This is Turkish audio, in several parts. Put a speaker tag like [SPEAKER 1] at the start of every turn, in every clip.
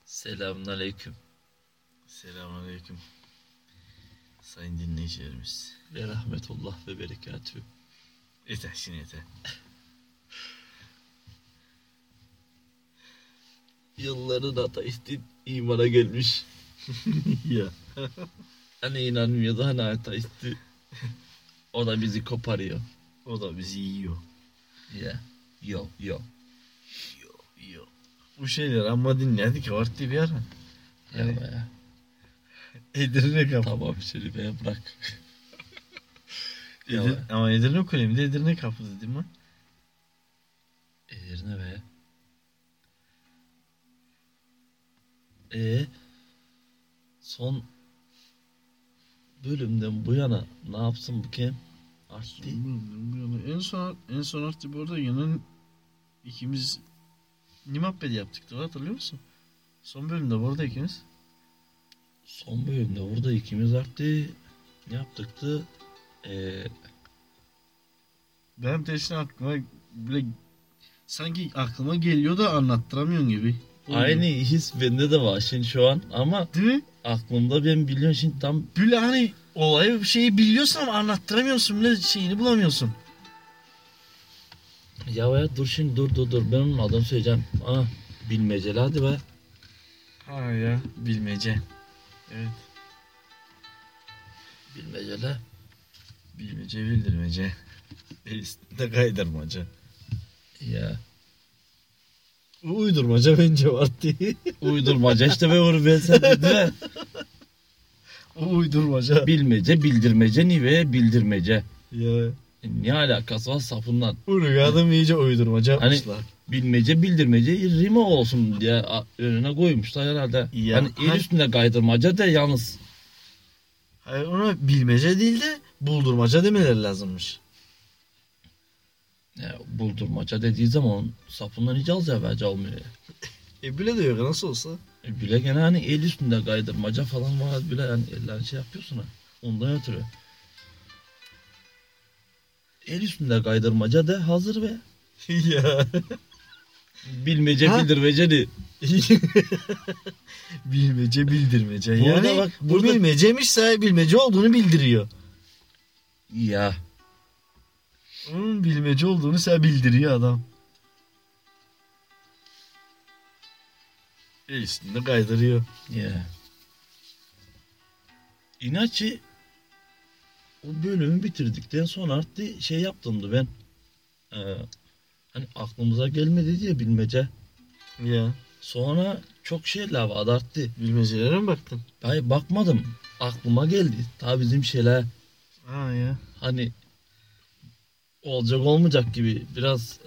[SPEAKER 1] Selamünaleyküm
[SPEAKER 2] Selamünaleyküm. Sayın dinleyicilerimiz.
[SPEAKER 1] ve rahmetullah ve berekatühü.
[SPEAKER 2] Yeter şimdi yeter.
[SPEAKER 1] Yılların ateisti imana gelmiş.
[SPEAKER 2] Ya.
[SPEAKER 1] Hani inanmıyordu, hani ateisti. O da bizi koparıyor.
[SPEAKER 2] O da bizi yiyor.
[SPEAKER 1] Ya. Yo.
[SPEAKER 2] Yiyor. Bu şeyler ama dinledik vardı bir ara.
[SPEAKER 1] Yani,
[SPEAKER 2] Ya. Edirne kapı.
[SPEAKER 1] tamam şerifeye bırak.
[SPEAKER 2] Ama Edirne Kulemi'de Edirne kapı değil mi?
[SPEAKER 1] Edirne be. Son bölümden bu yana ne yapsın bu kim? Arttı.
[SPEAKER 2] En son artık bu arada yine ikimiz Nimappedi yaptık da hatırlıyor musun? Son bölümde burada ikimiz.
[SPEAKER 1] Son bölümde burada ikimiz arttı. Ne yaptıktı?
[SPEAKER 2] Benim tersine aklıma bile sanki aklıma geliyor da anlattıramıyorum gibi.
[SPEAKER 1] Aynı his bende de var şimdi şu an ama
[SPEAKER 2] Değil mi?
[SPEAKER 1] aklımda ben biliyorum şimdi tam
[SPEAKER 2] Böyle hani olayı bir şeyi biliyorsun ama anlattıramıyorsun bile şeyini bulamıyorsun.
[SPEAKER 1] ya dur şimdi dur ben onun adını söyleyeceğim. Bilmeceli hadi be.
[SPEAKER 2] Ha ya bilmece. Evet.
[SPEAKER 1] Bilmeceli.
[SPEAKER 2] Bilmece bildirmece. De kaydırmaca.
[SPEAKER 1] Ya.
[SPEAKER 2] Uydurmaca bence vardı.
[SPEAKER 1] Uydurmaca işte ben onu ben sen değil mi?
[SPEAKER 2] Uydurmaca.
[SPEAKER 1] Bilmece, bildirmece, nive, bildirmece.
[SPEAKER 2] Ya.
[SPEAKER 1] Ne alakası var sapından?
[SPEAKER 2] Adam iyice uydurmaca
[SPEAKER 1] Hani
[SPEAKER 2] yapmışlar.
[SPEAKER 1] bilmece, bildirmece rime olsun diye önüne koymuşlar herhalde.
[SPEAKER 2] Ya,
[SPEAKER 1] hani el üstünde kaydırmaca da yalnız.
[SPEAKER 2] Hayır ona bilmece değil de buldurmaca demeleri lazımmış.
[SPEAKER 1] Ya, buldurmaca dediği zaman onun sapından hiç az evvelce olmuyor.
[SPEAKER 2] Bile de yok nasıl olsa.
[SPEAKER 1] Bile gene hani el üstünde kaydırmaca falan var bile yani eller şey yapıyorsun ha. Ondan ötürü. El üstünde kaydırmaca de hazır be.
[SPEAKER 2] Ya.
[SPEAKER 1] Bilmece bildirmece de.
[SPEAKER 2] Bilmece bildirmece.
[SPEAKER 1] Burada
[SPEAKER 2] Yani
[SPEAKER 1] bak,
[SPEAKER 2] bu
[SPEAKER 1] burada-
[SPEAKER 2] bilmeceymiş bilmece olduğunu bildiriyor.
[SPEAKER 1] Ya.
[SPEAKER 2] Onun bilmece olduğunu bildiriyor adam. El üstünde kaydırıyor.
[SPEAKER 1] Ya. İnaççı o bölümü bitirdikten sonra artık şey yaptımdı ben. Hani aklımıza gelmedi diye bilmece.
[SPEAKER 2] Ya.
[SPEAKER 1] Sonra çok şeyler vardı arttı.
[SPEAKER 2] Bilmecelere mi baktın?
[SPEAKER 1] Hayır bakmadım. Aklıma geldi. Ta bizim şeyler
[SPEAKER 2] Ha ya.
[SPEAKER 1] hani olacak olmayacak gibi biraz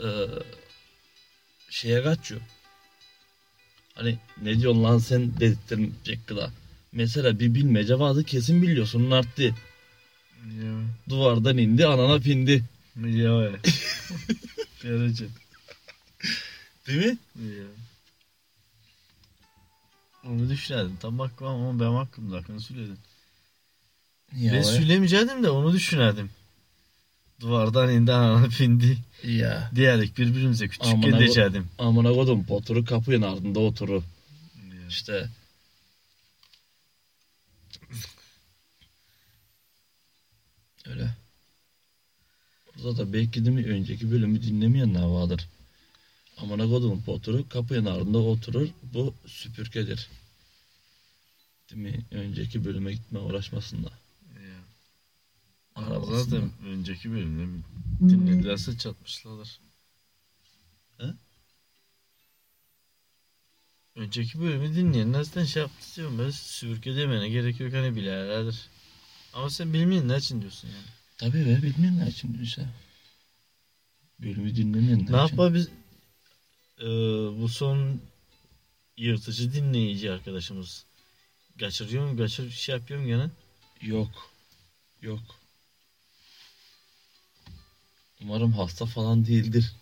[SPEAKER 1] şeye kaçıyor. Hani ne diyorsun lan sen dedirtmeyecek kadar. Mesela bir bilmece vardı kesin biliyorsun onun arttı.
[SPEAKER 2] Ya.
[SPEAKER 1] Duvardan indi anana pindi.
[SPEAKER 2] Ya. Yarıcı.
[SPEAKER 1] Değil mi?
[SPEAKER 2] Ya. Onu düşünerdim. Tam aklıma ama benim aklımda hakkını söyledin.
[SPEAKER 1] Ya,
[SPEAKER 2] Ben söylemeyecektim de onu düşünerdim. Duvardan indi anana pindi.
[SPEAKER 1] ya.
[SPEAKER 2] Diyerek birbirimize küçükken
[SPEAKER 1] Amına
[SPEAKER 2] diyecektim.
[SPEAKER 1] Amına kodum poturu kapının ardında oturu. İşte. Öyle. Burada da belki de mi önceki bölümü dinlemeyenler vardır. Amına kodum poturu kapının ardında oturur. Bu süpürgedir. Değil mi? Önceki bölüme gitme uğraşmasınlar. Arabasında.
[SPEAKER 2] Zaten önceki bölümde dinledilerse çatmışlardır.
[SPEAKER 1] He?
[SPEAKER 2] Önceki bölümü dinleyenler zaten şey yaptı diyorum. Ben süpürge demene gerek yok hani bilerlerdir. Ama sen bilmeyen ne için diyorsun yani.
[SPEAKER 1] Tabii be bilmeyenler için işte. Bölümü dinlemeyenler için.
[SPEAKER 2] Ne yapar biz bu son yırtıcı dinleyici arkadaşımız kaçırıyor mu? Şey yapıyor mu gene?
[SPEAKER 1] Yok. Umarım hasta falan değildir.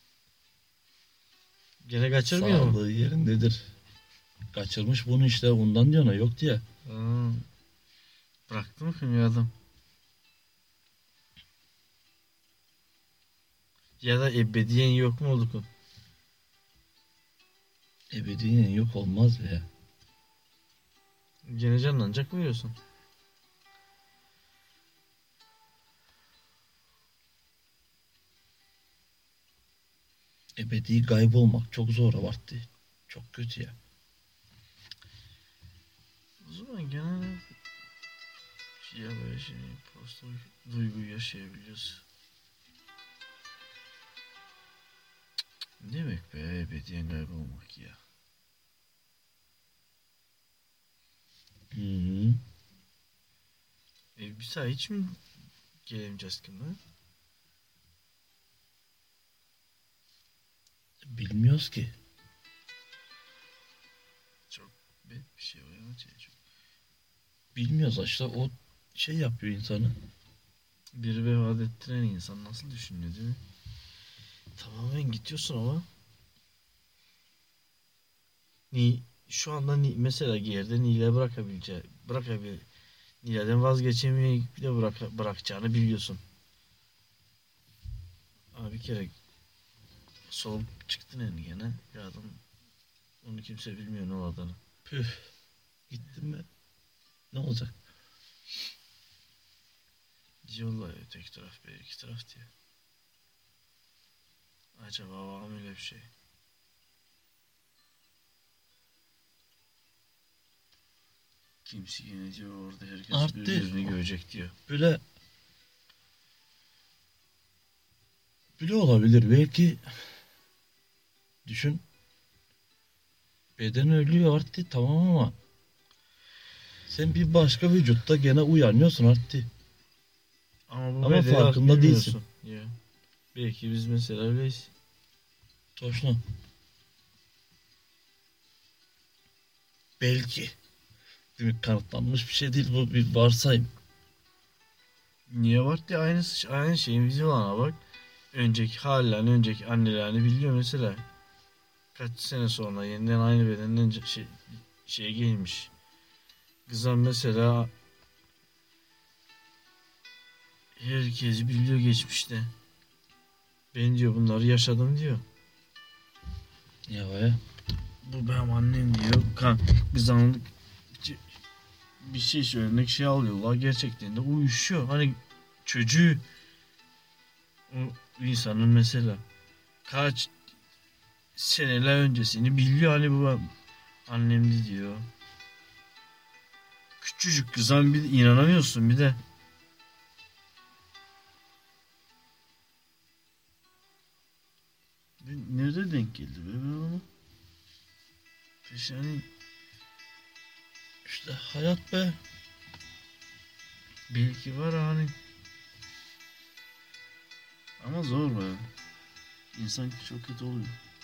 [SPEAKER 2] Gene kaçırmıyor mu?
[SPEAKER 1] Sağlığı yerindedir. Kaçırmış bunu işte ondan diyor yok diye.
[SPEAKER 2] Bıraktı mı kim ya adam? Ya da ebediyen yok mu olduk o?
[SPEAKER 1] Ebediyen yok olmaz be.
[SPEAKER 2] Gene canlanacak mı diyorsun?
[SPEAKER 1] Ebedi kaybolmak çok zor abarttı. Çok kötü ya.
[SPEAKER 2] O zaman gene ya böyle şey posta duygu yaşayabiliyoruz. Ne demek be ebediyen kaybolmak ya?
[SPEAKER 1] Hı hı.
[SPEAKER 2] Bir daha hiç mi gelemeyeceğiz ki mi?
[SPEAKER 1] Bilmiyoruz ki.
[SPEAKER 2] Çok bir şey var ama çok.
[SPEAKER 1] Bilmiyoruz işte o şey yapıyor insanı.
[SPEAKER 2] Biri vefat ettiren insan nasıl düşünüyor değil mi? Tamamen gidiyorsun ama. Şu anda mesela yerde Nilay'ı Nilay'dan vazgeçemeyip bir de bırakacağını biliyorsun. Ama bir kere solup çıktın yani gene. Ya adam onu kimse bilmiyor ne olduğunu.
[SPEAKER 1] Püf. Gittim mi? Ne olacak?
[SPEAKER 2] Diyorlar ya tek taraf bir iki taraf diye. Acaba var mı öyle bir şey? Kimse yine diyor orada herkes
[SPEAKER 1] Arttı.
[SPEAKER 2] birbirini görecek diyor.
[SPEAKER 1] Böyle olabilir. Belki düşün. Beden ölüyor arttı tamam ama sen bir başka vücutta gene uyanıyorsun arttı. Ama farkında değilsin.
[SPEAKER 2] Ya. Belki biz mesela öyleyiz.
[SPEAKER 1] Toşno. Belki. Değil mi? Kanıtlanmış bir şey değil bu bir varsayım.
[SPEAKER 2] Niye var diye aynı şeyin bizim olana bak. Önceki hallerini, önceki annelerini biliyor mesela. Kaç sene sonra yeniden aynı bedenden şey gelmiş. Kızan mesela herkes biliyor geçmişte. Ben diyor bunları yaşadım diyor.
[SPEAKER 1] Ya.
[SPEAKER 2] Bu benim annem diyor. Kızanlık bir şey söylemek şey alıyorlar. Gerçekten de uyuşuyor. Hani çocuğu o insanın mesela kaç seneler öncesini biliyor. Hani bu annemdi diyor. Küçücük kızan bir inanamıyorsun bir de. Nerede denk geldi be ben onu? Yani
[SPEAKER 1] İşte hayat be.
[SPEAKER 2] belki var hani. Ama zor be. İnsan çok kötü oluyor.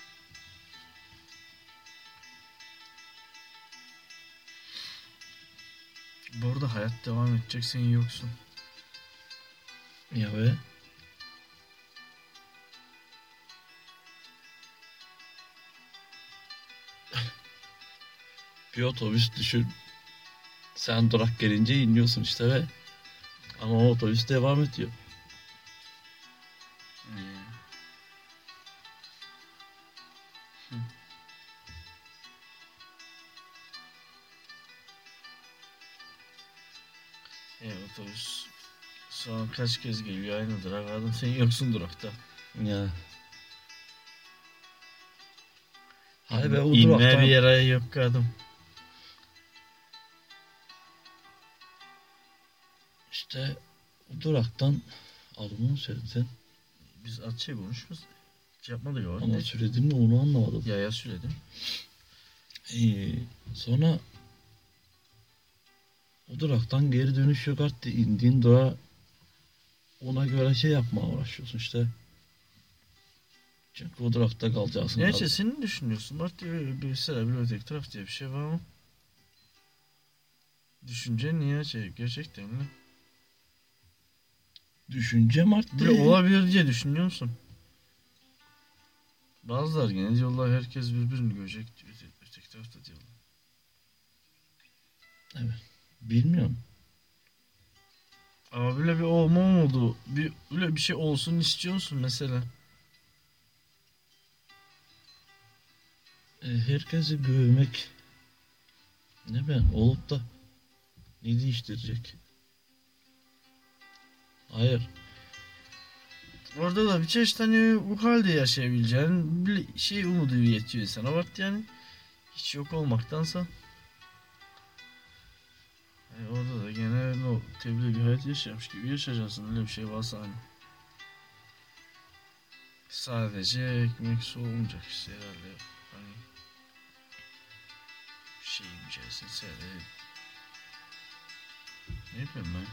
[SPEAKER 2] Bu arada hayat devam edecek sen yoksun.
[SPEAKER 1] Ya be. Bir otobüs düşün. Sen durak gelince iniyorsun işte ve ama o otobüs devam ediyor.
[SPEAKER 2] Otobüs sonra kaç kez geliyor aynı durak. Adam sen yoksun durakta.
[SPEAKER 1] Ya. Hay be o
[SPEAKER 2] İnme
[SPEAKER 1] duraktan.
[SPEAKER 2] bir yere yok kadın.
[SPEAKER 1] İşte o duraktan adını söyledin.
[SPEAKER 2] Biz az şey konuşmuyoruz. Yapmadık o.
[SPEAKER 1] Ama söyledin mi onu anlamadım.
[SPEAKER 2] Ya söyledim.
[SPEAKER 1] Sonra o duraktan geri dönüş yok artık. İndiğin durağa ona göre şey yapmaya uğraşıyorsun işte. Çünkü o durakta kalacaksın.
[SPEAKER 2] Gerçi sen ne düşünüyorsun? Bak diye mesela bir öteki taraf diye bir şey var mı? Düşünce niye şey gerçekten mi?
[SPEAKER 1] Düşüncem arttı.
[SPEAKER 2] Bir olabilir diye düşünüyor musun? Bazılar gene diyorlar herkes birbirini görecek diyor. Öteki tarafta diyorlar.
[SPEAKER 1] Evet. Bilmiyorum.
[SPEAKER 2] Ama böyle bir olma oldu. Öyle bir şey olsun istiyorsun mesela.
[SPEAKER 1] Herkesi görmek ne ben olup da ne değiştirecek? Hayır.
[SPEAKER 2] Orada da bir çeşit hani bu halde yaşayabileceğin bir şey umudu yetiyor sana. Bak yani hiç yok olmaktansa. Orada da gene o tebliğ bir hayat yaşamış gibi yaşayacaksın. Öyle bir şey varsa hani. Sadece ekmek su olmayacak işte herhalde. Hani şey içerisinde sadece ne bileyim ben.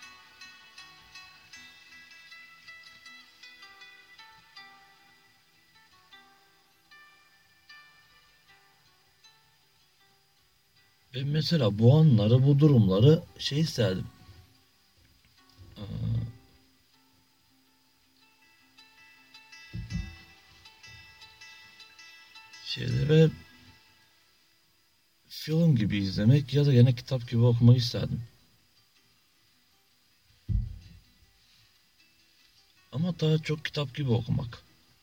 [SPEAKER 1] Ben mesela bu anları, bu durumları şey isterdim. Ee, Şeylere film gibi izlemek ya da gene kitap gibi okumayı isterdim. Ama daha çok kitap gibi okumak.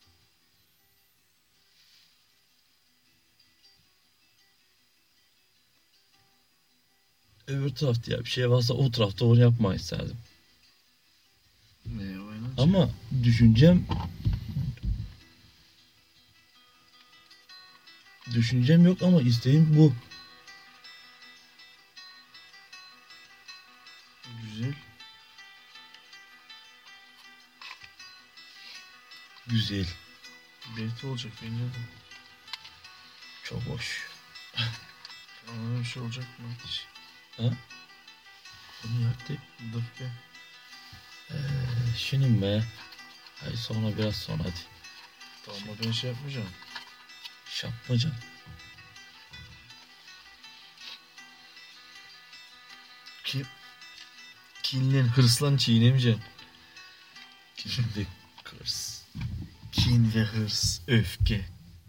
[SPEAKER 1] Öbür tarafta ya bir şey varsa o tarafta onu yapmayı isterdim.
[SPEAKER 2] Ne oynayacak?
[SPEAKER 1] Ama düşüncem yok ama isteğim bu.
[SPEAKER 2] Güzel.
[SPEAKER 1] Güzel.
[SPEAKER 2] Belki olacak bence de.
[SPEAKER 1] Çok hoş.
[SPEAKER 2] Ama öyle bir şey olacak mı hiç?
[SPEAKER 1] Ha? Bunu yaptık.
[SPEAKER 2] Dur be.
[SPEAKER 1] Şimdi be. Hayır sonra biraz sonra hadi.
[SPEAKER 2] Tamam ben şey yapmayacağım.
[SPEAKER 1] Şapmacan.
[SPEAKER 2] Ki kinlen hırslan çiğnemeyeceksin.
[SPEAKER 1] Şimdi kırs.
[SPEAKER 2] Kin ve hırs, öfke.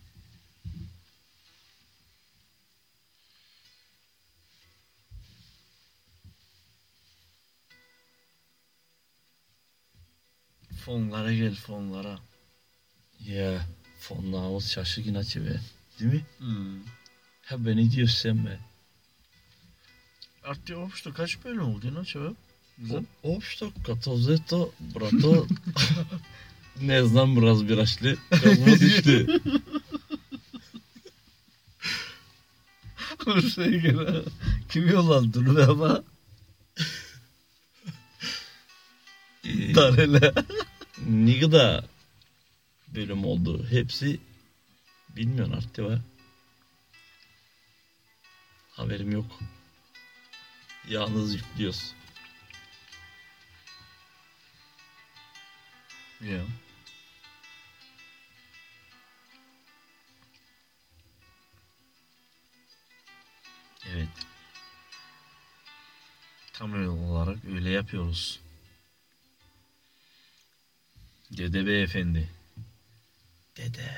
[SPEAKER 2] Fonlara gel fonlara.
[SPEAKER 1] Ya fonlarımız şaşırgın açı be. Değil mi?
[SPEAKER 2] Hmm.
[SPEAKER 1] Ha beni diyorsun sen be.
[SPEAKER 2] Artık olmuştu kaç bölüm oldu ya acaba? Güzel.
[SPEAKER 1] Obšto като взето, брато, ne znam разбираш ли, водиш ли?
[SPEAKER 2] O şey gene kim yollandırdı ama Darele.
[SPEAKER 1] Ne kadar bölüm oldu. Hepsi bilmiyorsun artık var. Haberim yok. Yalnız yüklüyoruz.
[SPEAKER 2] Ya. Evet. Tam olarak öyle yapıyoruz. Dede beyefendi.
[SPEAKER 1] Dede.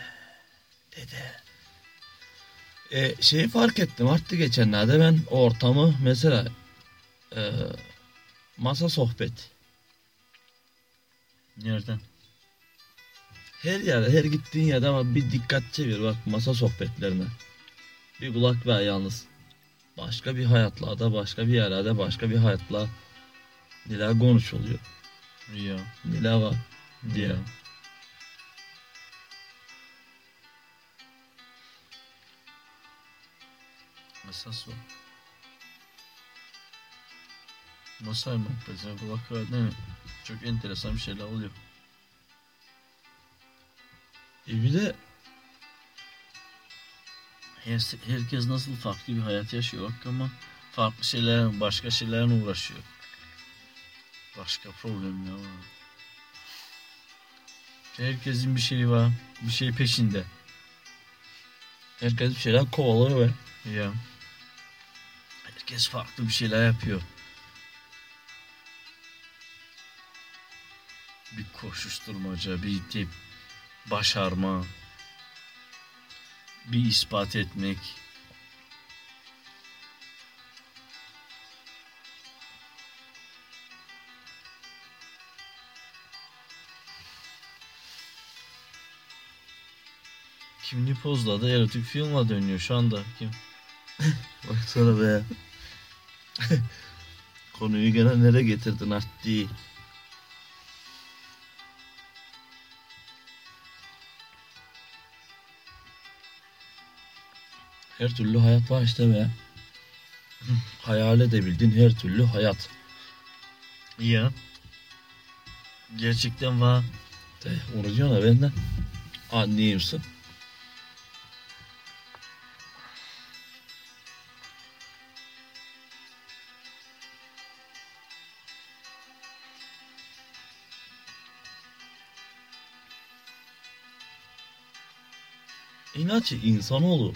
[SPEAKER 1] Şeyi fark ettim artık geçenlerde ben ortamı mesela e, masa sohbet.
[SPEAKER 2] Nereden?
[SPEAKER 1] Her yerde her gittiğin yerde ama bir dikkat çevir bak masa sohbetlerine. Bir kulak ver yalnız. Başka bir hayatlarda, başka bir yerlerde, başka bir hayatla neler konuşuluyor.
[SPEAKER 2] Ya.
[SPEAKER 1] Neler var diye.
[SPEAKER 2] Ya. Esas o. Masay muhabbetine kulak verdiğinde çok enteresan bir şeyler oluyor.
[SPEAKER 1] Bir de
[SPEAKER 2] Herkes nasıl farklı bir hayat yaşıyor bak ama farklı şeyler, başka şeylerle uğraşıyor. Başka problemler var. Herkesin bir şeyi var, bir şey peşinde.
[SPEAKER 1] herkes bir şeyler kovalıyor ve
[SPEAKER 2] Ya. Herkes farklı bir şeyler yapıyor. Bir koşuşturmaca, bir tip başarma, bir ispat etmek. Kimliği pozladı erotik filmla dönüyor şu anda. Kim?
[SPEAKER 1] Baksana be. Konuyu gene nereye getirdin Artti? Her türlü hayat var işte be. Hayal edebildiğin her türlü hayat.
[SPEAKER 2] Ya. Gerçekten var.
[SPEAKER 1] Onu diyorsun da benden. Anlayayımsın. İnatçı insanoğlu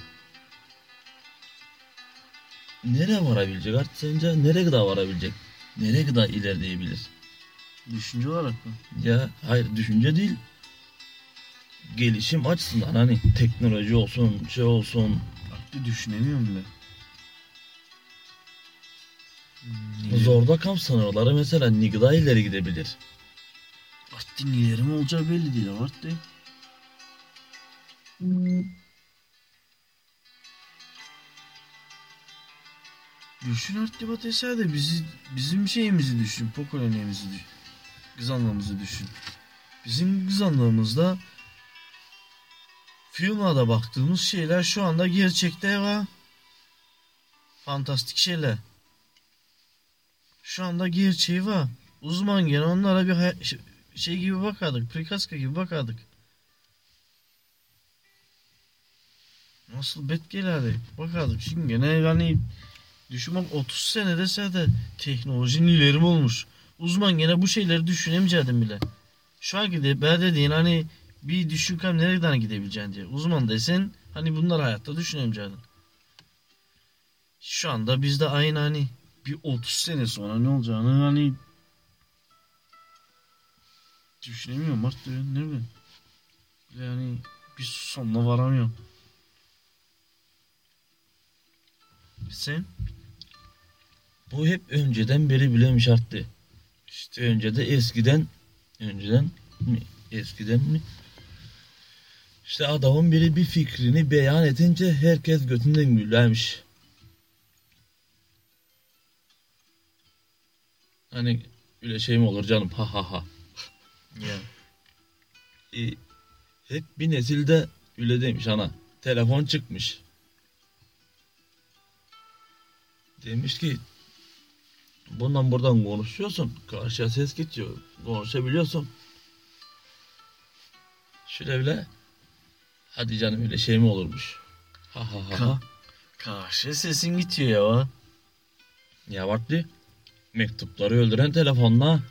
[SPEAKER 1] nereye varabilecek artık sence? Nereye kadar varabilecek? Nereye kadar ilerleyebilir?
[SPEAKER 2] Düşünce olarak mı?
[SPEAKER 1] Ya hayır düşünce değil. Gelişim açısından hani teknoloji olsun, şey olsun.
[SPEAKER 2] Artık düşünemiyorum bile.
[SPEAKER 1] Zorda kamp sınırları mesela ne kadar ileri gidebilir?
[SPEAKER 2] Artık neleri mi olacağı belli değil artık. Düşün artık Batesa de bizim şeyimizi düşün. Pokoloniğimizi düşün. Kızanlığımızı düşün. Bizim kızanlığımızda filmlarda baktığımız şeyler şu anda gerçekte var. Fantastik şeyler. Şu anda gerçeği var. Uzman gene onlara bir şey gibi bakardık. Prikaska gibi bakardık. Nasıl bet gelerdi bakardık. Şimdi gene yani düşünmek 30 sene dese de teknolojinin ilerim olmuş. Uzman gene bu şeyleri düşünemeyecektim bile. Şu anki de ben dediğin hani bir düşünkem nereden gidebileceğin diye. Uzman desen hani bunlar hayatta düşünemeyecektin. Şu anda bizde aynı hani bir 30 sene sonra ne olacağını hani düşünemiyorum artık ne bileyim. Yani bir sonuna varamıyorum. Sen?
[SPEAKER 1] Bu hep önceden beri bilemiş arttı.
[SPEAKER 2] İşte
[SPEAKER 1] Önce de eskiden mi? İşte adamın biri bir fikrini beyan edince herkes götünden gülermiş. Hani öyle şey mi olur canım ha ha ha.
[SPEAKER 2] ya.
[SPEAKER 1] Hep bir nesilde öyle demiş ana. Telefon çıkmış. Demiş ki bundan buradan konuşuyorsun. Karşıya ses gidiyor. Konuşabiliyorsun. Şöyle bile. Hadi canım öyle şey mi olurmuş? Ha ha ha.
[SPEAKER 2] Karşı sesin gidiyor ya.
[SPEAKER 1] Ya vakti. Mektupları öldüren telefonla.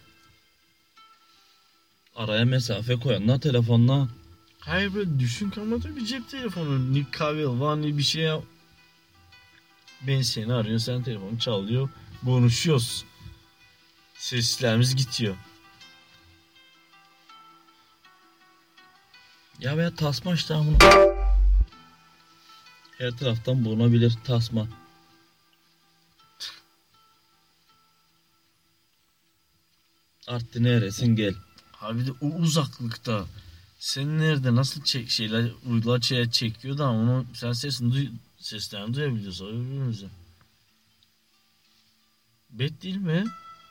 [SPEAKER 1] Araya mesafe koyanla telefonla.
[SPEAKER 2] Hayır böyle düşün kalmadı bir cep telefonu. Ni kahve var ni bir şey yap. Ben seni arıyor sen telefonu çalıyor. Konuşuyoruz. Seslerimiz gidiyor.
[SPEAKER 1] Ya veya tasma işte bunu. Her taraftan bulunabilir tasma. Arttı neresin gel.
[SPEAKER 2] Abi de o uzaklıkta sen nerede nasıl şeyler uydular çekiyor da onu sen seslerini duyabiliyorsun birbirimize. Bet değil mi?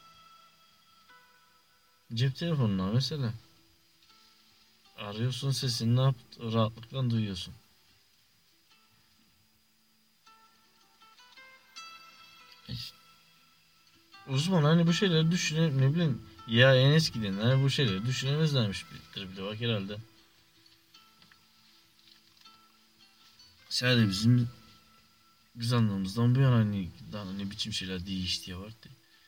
[SPEAKER 2] Cep telefonuna mesela. Arıyorsun sesini ne rahatlıkla duyuyorsun. Uzman hani bu şeyleri ne bileyim ya en eskiden hani bu şeyleri düşünemezlermiş bile bak herhalde. Sadece biz anlamımızdan bu yana hani daha ne biçim şeyler değişti diye vardı.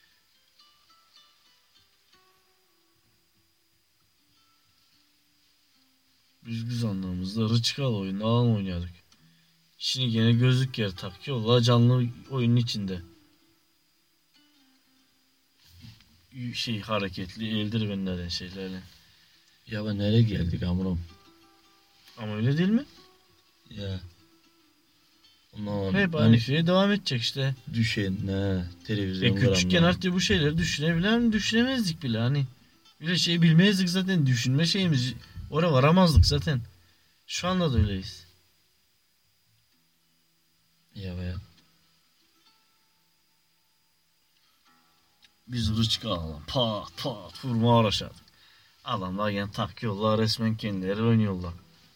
[SPEAKER 2] Biz anlamımızda Rıçkal oyunu alan oynuyorduk. Şimdi gene gözlük yer takıyorlar canlı oyunun içinde. Hareketli eldivenlerden şeylerle.
[SPEAKER 1] Ya ben nereye geldik amurum?
[SPEAKER 2] Ama öyle değil mi?
[SPEAKER 1] Ya. Ondan
[SPEAKER 2] hep aynı şeye devam edecek işte.
[SPEAKER 1] Düşen ne televizyon
[SPEAKER 2] küçükken artık bu şeyleri düşünebilir mi? Düşünemezdik bile hani. Öyle şey bilmezdik zaten düşünme şeyimiz. Oraya varamazdık zaten. Şu anda da öyleyiz. Biz rıçka alalım. Pat pat vurma uğraşadık. Adamlar yani takıyorlar resmen kendileri oynuyorlar.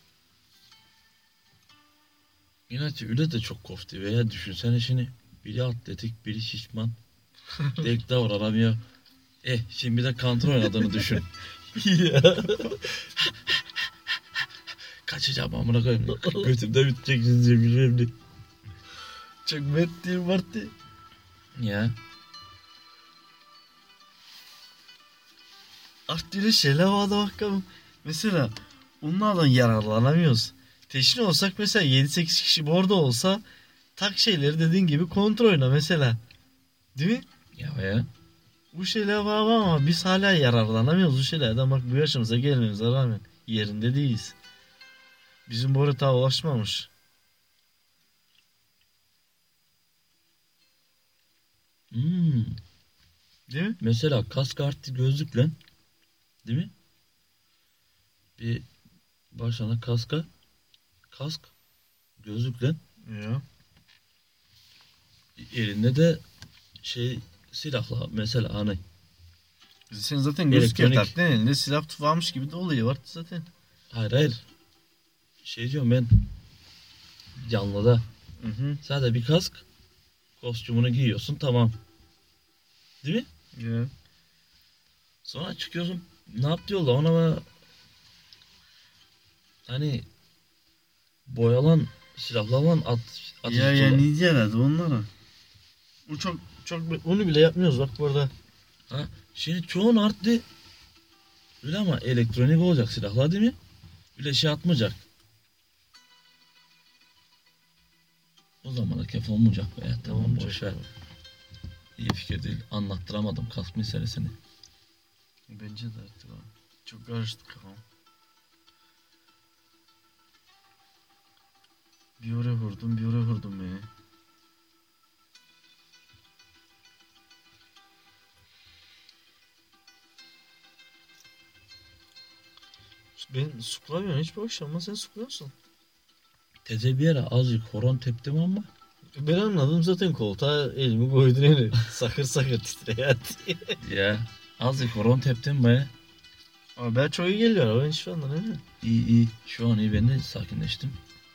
[SPEAKER 1] İnatçı öyle de çok kofti veya düşünsene şimdi biri atletik biri şişman. Tek davran aramıyor. Şimdi bir de kontrol oynadığını düşün.
[SPEAKER 2] Ya.
[SPEAKER 1] Kaçacağım amına koyayım. Götümde bitecek şimdi.
[SPEAKER 2] Çok met değil Marty.
[SPEAKER 1] Ya.
[SPEAKER 2] Artık öyle şeyler vardı bakalım. Mesela onlardan yararlanamıyoruz. Teşne olsak mesela 7-8 kişi orada olsa tak şeyleri dediğin gibi kontrol oyna mesela. Değil mi?
[SPEAKER 1] Ya.
[SPEAKER 2] Bu şeyler var ama biz hala yararlanamıyoruz bu şeylerden. Bak bu yaşımıza gelmemize rağmen yerinde değiliz. Bizim bu arada daha ulaşmamış. Değil mi?
[SPEAKER 1] Mesela kask artı gözlükle değil mi? Bir başına kask gözlükle
[SPEAKER 2] Ya.
[SPEAKER 1] elinde de silahla mesela hani
[SPEAKER 2] Sen zaten gözüküyor
[SPEAKER 1] Elektronik.
[SPEAKER 2] taktın elinde silah tutarmış gibi de oluyor var zaten.
[SPEAKER 1] hayır diyorum ben canlıda
[SPEAKER 2] Hı.
[SPEAKER 1] sadece bir kask kostümünü giyiyorsun tamam değil mi?
[SPEAKER 2] Ya.
[SPEAKER 1] Sonra çıkıyorsun ne yap diyorlar ona hani boyalan silahlarla atış
[SPEAKER 2] Ya
[SPEAKER 1] ediyorlar.
[SPEAKER 2] ne diyorlardı onlara? O çok onu bile yapmıyoruz bak burada.
[SPEAKER 1] Ha, şimdi çoğun arttı. Öyle ama elektronik olacak silahlar değil mi? Öyle şey atmayacak. O zaman da kef olmayacak be. Tamam boş ver. İyi fikir değil. Anlattıramadım kask meselesini.
[SPEAKER 2] Bence de artık o. Çok karıştı kafam. Bir oraya vurdum beni. Ben suklamıyorum hiç boş ama sen sukluyorsun.
[SPEAKER 1] Teze bir yere azıcık horon teptim ama
[SPEAKER 2] Ben anladım zaten koltuğa elimi koydun yani. Sakır sakır titreyen.
[SPEAKER 1] ya azıcık horon teptim be.
[SPEAKER 2] Ama ben çok iyi geliyor ben şu anda değil mi?
[SPEAKER 1] İyi. Şu an iyi ben de sakinleştim.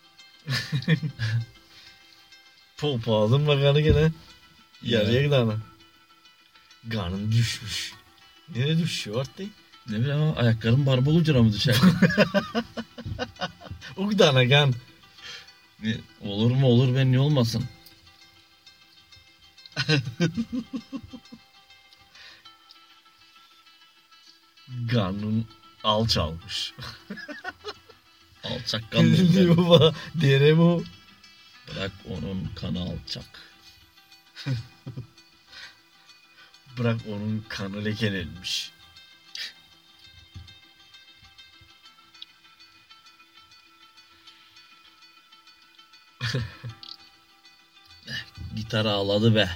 [SPEAKER 2] Pompa aldım bakanı gene. Yarıya gidana. Kanın düşmüş. Nereye düşüyor artık?
[SPEAKER 1] Ne bileyim ama ayaklarım barbol ucuna mı düşer?
[SPEAKER 2] O gidana kan.
[SPEAKER 1] Olur mu olur ben niye olmasın?
[SPEAKER 2] Kanın alçalmış.
[SPEAKER 1] Alçak
[SPEAKER 2] Ne
[SPEAKER 1] kanlıyım
[SPEAKER 2] diyor
[SPEAKER 1] ben.
[SPEAKER 2] bana? Derem o.
[SPEAKER 1] Bırak onun kanı alçak.
[SPEAKER 2] Bırak onun kanı lekelenmiş.
[SPEAKER 1] Gitar ağladı be.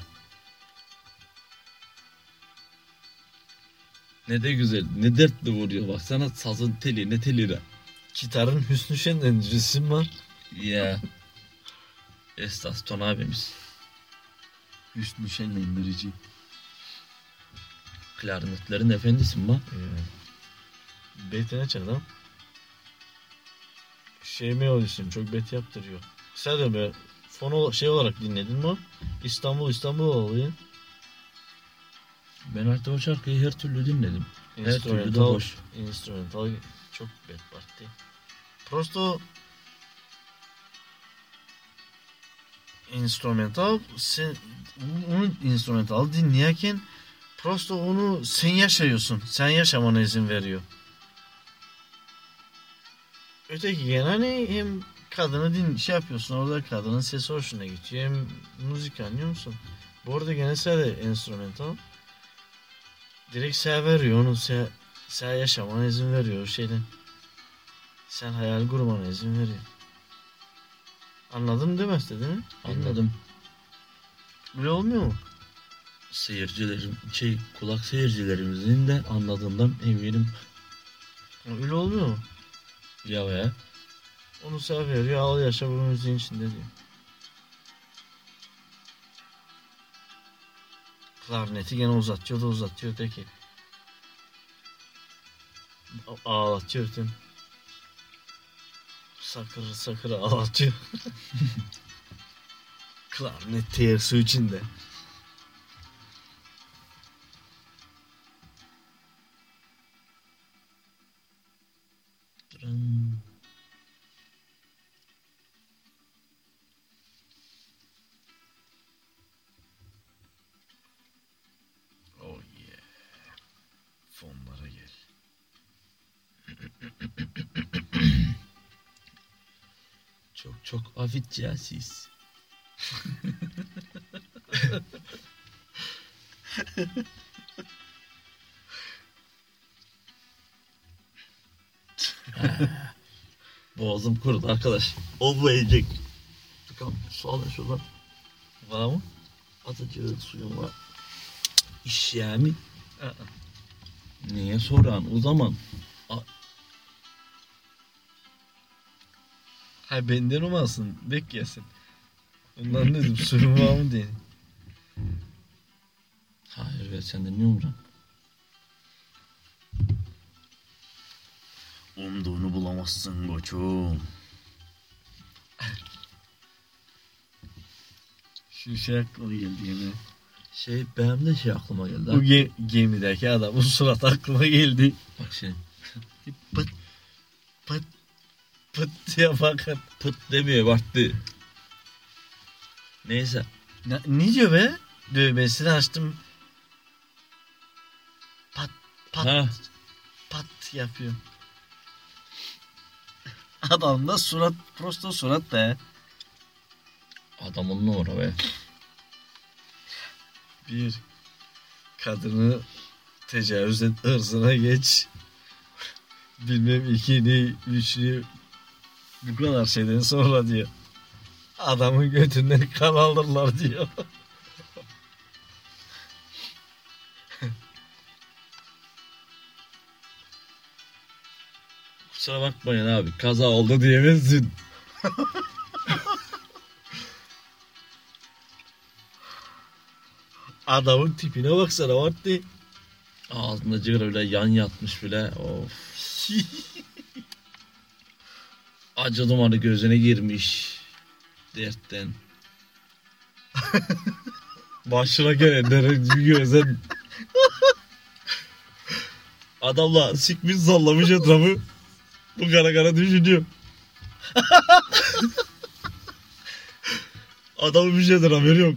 [SPEAKER 1] Ne de güzel, ne dertli vuruyor. Baksana sazın teli, ne teli.
[SPEAKER 2] Gitarın Hüsnü Şen'den resim var.
[SPEAKER 1] Ya. Esas Ton abimiz.
[SPEAKER 2] Hüsnü Şen'le indirici.
[SPEAKER 1] Klarnetlerin efendisi mi?
[SPEAKER 2] Beytine çalalım. Şey mi oluyorsun? Çok bet yaptırıyor. Sen de be fon şey olarak dinledin mi? İstanbul oluyor.
[SPEAKER 1] Ben artık o şarkıyı her türlü dinledim. Her türlü de hoş.
[SPEAKER 2] Instrumental çok bet parti. Prosto instrumental sen onu instrumental dinlerken prosto onu sen yaşıyorsun. Sen yaşamana izin veriyor. Öteki gene hani hem kadını şey yapıyorsun orada kadının sesi hoşuna gidiyor hem müzik anlıyor musun? Bu arada gene sadece enstrümantal. Direkt sen veriyor onu sen yaşamana izin veriyor o şeyden. Sen hayal kurmana izin veriyor. Anladın değil mi mi?
[SPEAKER 1] Anladım.
[SPEAKER 2] Öyle olmuyor mu?
[SPEAKER 1] Kulak seyircilerimizin de anladığından eminim.
[SPEAKER 2] Öyle olmuyor mu?
[SPEAKER 1] Ya.
[SPEAKER 2] Onu sen veriyor al yaşa bu müziğin içinde diyor. Klarneti gene uzatıyor öteki. Ağlatıyor ötün. Sakır ağlatıyor. Klarnet ter su içinde.
[SPEAKER 1] Dırın.
[SPEAKER 2] Oh yeah. Fonlara gel.
[SPEAKER 1] Çok hafifçe siz. Boğazım kurudu arkadaş. O bu yiyecek. Bakalım su alın şuradan.
[SPEAKER 2] Var mı?
[SPEAKER 1] Azıcık suyum var. İşyemi. Niye soran o zaman?
[SPEAKER 2] Ha benden olmasın. Bek yesin. Ondan dedim suyun var mı diye.
[SPEAKER 1] Hayır be sen de niye umuracaksın?
[SPEAKER 2] Umduğunu bulamazsın koçum. Şu şey aklıma geldi yine.
[SPEAKER 1] Benim de aklıma geldi.
[SPEAKER 2] Bu gemideki adamın suratı aklıma geldi.
[SPEAKER 1] Bak şimdi.
[SPEAKER 2] Pıt pıt pıt diye bakın.
[SPEAKER 1] Pıt demiyor baktı. Neyse.
[SPEAKER 2] Ne diyor be? Dövmesini açtım. Pat
[SPEAKER 1] Ha.
[SPEAKER 2] pat yapıyor. Adamda surat, prosto surat da.
[SPEAKER 1] Adamın ne uğra be.
[SPEAKER 2] Bir kadını tecavüz et, ırzına geç. Bilmem ikini, üçünü bu kadar şeyden sonra diyor. Adamın götünden kan alırlar diyor.
[SPEAKER 1] Kusura bakmayın abi kaza oldu diyemezsin.
[SPEAKER 2] Adamın tipine baksana vardı.
[SPEAKER 1] Ağzında cigara bile yan yatmış bile. Of. Acı dumanı gözüne girmiş. Dertten. Başına gelenlerin gözden. Adamla sikmiş sallamış etrafı. Bu kara düşünüyor. Adamın bir şeyden haberi yok.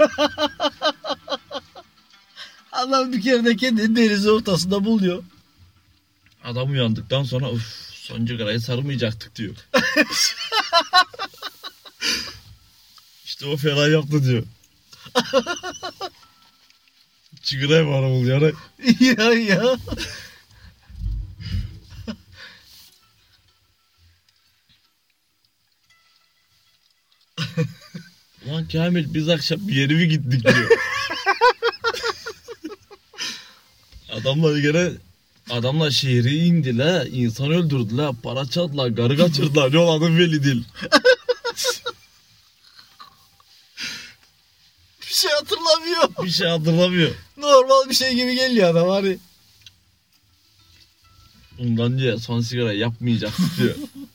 [SPEAKER 2] Adam bir kere de kendini deniz ortasında buluyor.
[SPEAKER 1] Adam uyandıktan sonra son cigarayı sarmayacaktık diyor. İşte o fena yaptı diyor. Cigarayı mı ara buluyor?
[SPEAKER 2] ya.
[SPEAKER 1] Ulan Kamil biz akşam bir yere mi gittik diyor. Adamlar şehre indiler, insan öldürdüler, para çaldılar, karı kaçırdılar. Ne olanın belli değil.
[SPEAKER 2] Bir şey hatırlamıyor.
[SPEAKER 1] Bir şey hatırlamıyor.
[SPEAKER 2] Normal bir şey gibi geliyor adam hani.
[SPEAKER 1] Ondan diyor son sigara yapmayacak diyor.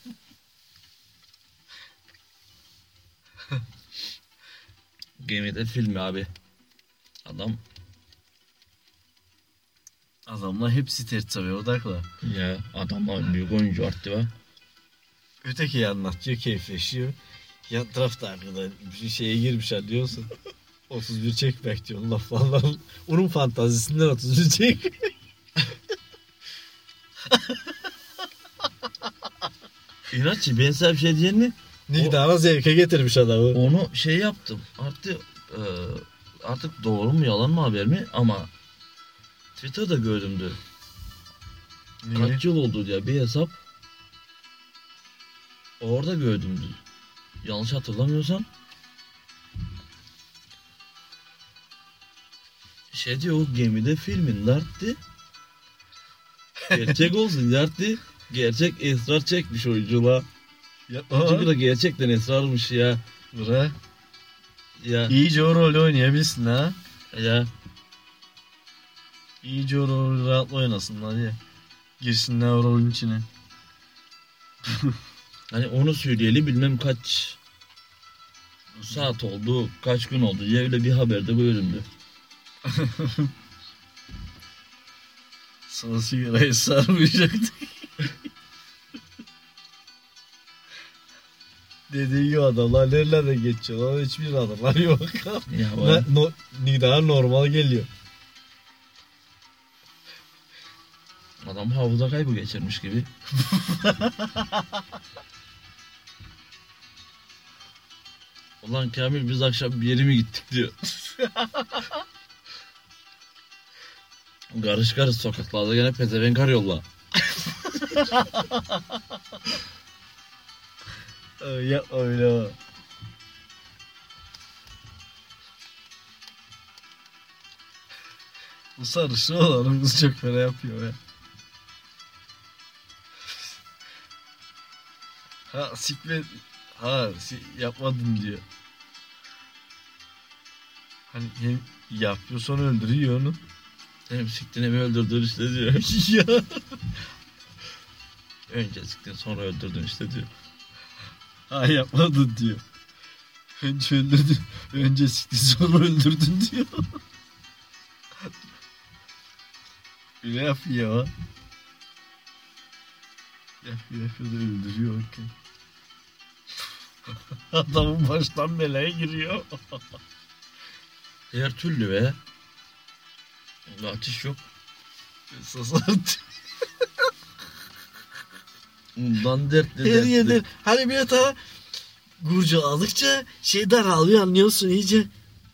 [SPEAKER 1] Gemide filmi abi.
[SPEAKER 2] Adamlar hepsi ters tabii odakla.
[SPEAKER 1] Ya adamlar büyük oyuncu arttı be.
[SPEAKER 2] Ötekiyi anlatıyor, keyifleşiyor. Yan tarafta arkada bir şeye girmişler diyorsun. 31 çek bekliyorsun laflarla. Onun fantazisinden 31 çek.
[SPEAKER 1] İnatçı ben sana bir şey diyeyim mi?
[SPEAKER 2] Nidana zevke getirmiş adamı.
[SPEAKER 1] Onu şey yaptım. Artık doğru mu yalan mı haber mi? Ama Twitter'da gördümdü. Kaç yıl oldu diye bir hesap. Orada gördümdü. Yanlış hatırlamıyorsam. Şey diyor o gemide filmin dertti. Gerçek olsun dertti. Gerçek esrar çekmiş oyunculuğa. Çünkü de gerçekten esrarmış ya.
[SPEAKER 2] Bırak.
[SPEAKER 1] Ya.
[SPEAKER 2] İyice o rolü oynayabilsin ha.
[SPEAKER 1] Ya.
[SPEAKER 2] İyice o rolü rahatla oynasınlar diye. Girsinler o rolün içine.
[SPEAKER 1] Hani onu söyleyeli bilmem kaç saat oldu, kaç gün oldu diye öyle bir haberde göründü.
[SPEAKER 2] Sana sigarayı sarmayacaktı. Dediği gibi adamlar nerelerde geçiyorlar, hiçbir adamlar yok.
[SPEAKER 1] Ya var.
[SPEAKER 2] Nida normal geliyor.
[SPEAKER 1] Adam hafıza kaybı geçirmiş gibi. Ulan Kamil biz akşam bir yere mi gittik diyor. Karış karış sokaklarda gene pezevenk arıyorlar.
[SPEAKER 2] Yapma öyle. Bu sarışın olan kız çok fena yapıyor ya. Ha siklet. Ha yapmadın diyor. Hani yapıyorsan öldürüyor onu.
[SPEAKER 1] Hem siktin hem öldürdün işte diyor.
[SPEAKER 2] Ya.
[SPEAKER 1] Önce siktin sonra öldürdün işte diyor.
[SPEAKER 2] Ha yapmadın diyor. Önce öldürdün. Önce sikti sonra öldürdün diyor. Öyle yapıyor ha. Yapıyor da öldürüyor. Okay. Adamın baştan belaya giriyor.
[SPEAKER 1] Her türlü be. Atış yok.
[SPEAKER 2] Sasart.
[SPEAKER 1] Bundan dertli
[SPEAKER 2] Her
[SPEAKER 1] dertli.
[SPEAKER 2] yerde hani bir hata kurcaladıkça şey daralıyor, anlıyorsun iyice.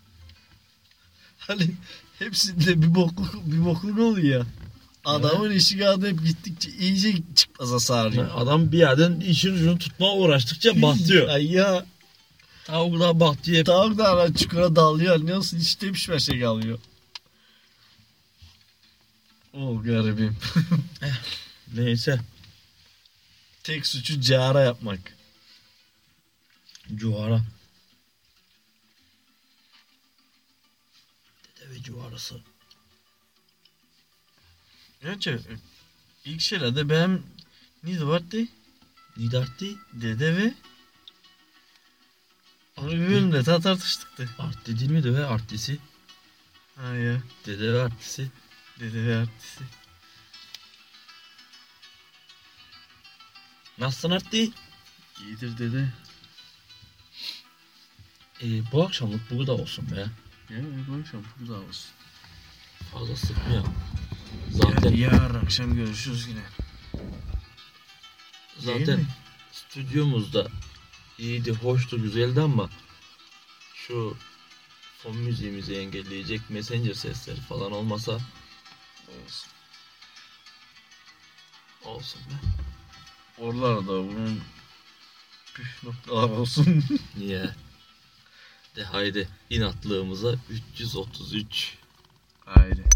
[SPEAKER 2] Hani hepsinde bir bokluk oluyor. Adamın işi kaldı hep gittikçe iyice çıkmaza sarıyor.
[SPEAKER 1] Adam bir yerden işin ucunu tutmaya uğraştıkça batıyor.
[SPEAKER 2] Ay ya.
[SPEAKER 1] Tavuklar batıyor.
[SPEAKER 2] Tavuk da ara çukura dalıyor, anlıyorsun işte pişme şey kalıyor. Oh garibim.
[SPEAKER 1] Neyse.
[SPEAKER 2] Tek suçu cara yapmak.
[SPEAKER 1] Cuvara. Dede ve cuvarası.
[SPEAKER 2] Gerçi ilk şeylerde benim neydi vardı?
[SPEAKER 1] Nidartti.
[SPEAKER 2] Dede ve onu bir bölümde tartıştıktı.
[SPEAKER 1] Artti değil miydi ve artisi?
[SPEAKER 2] Ha ya.
[SPEAKER 1] Dede ve artisi.
[SPEAKER 2] Dede ve artisti.
[SPEAKER 1] Nasılsın Artti?
[SPEAKER 2] İyidir dede.
[SPEAKER 1] Bu akşamlık bu da olsun be.
[SPEAKER 2] Ya bu akşam bu da olsun.
[SPEAKER 1] Fazla sıkmıyor. Zaten
[SPEAKER 2] Yani yarın akşam görüşürüz yine. Değil
[SPEAKER 1] zaten
[SPEAKER 2] mi?
[SPEAKER 1] stüdyomuzda iyiydi, hoştu, güzeldi ama şu fon müziğimizi engelleyecek messenger sesleri falan olmasa
[SPEAKER 2] Olsun.
[SPEAKER 1] olsun be.
[SPEAKER 2] Oralarda bunun püf noktalar olsun.
[SPEAKER 1] Niye? De haydi inatlığımıza 333.
[SPEAKER 2] Haydi.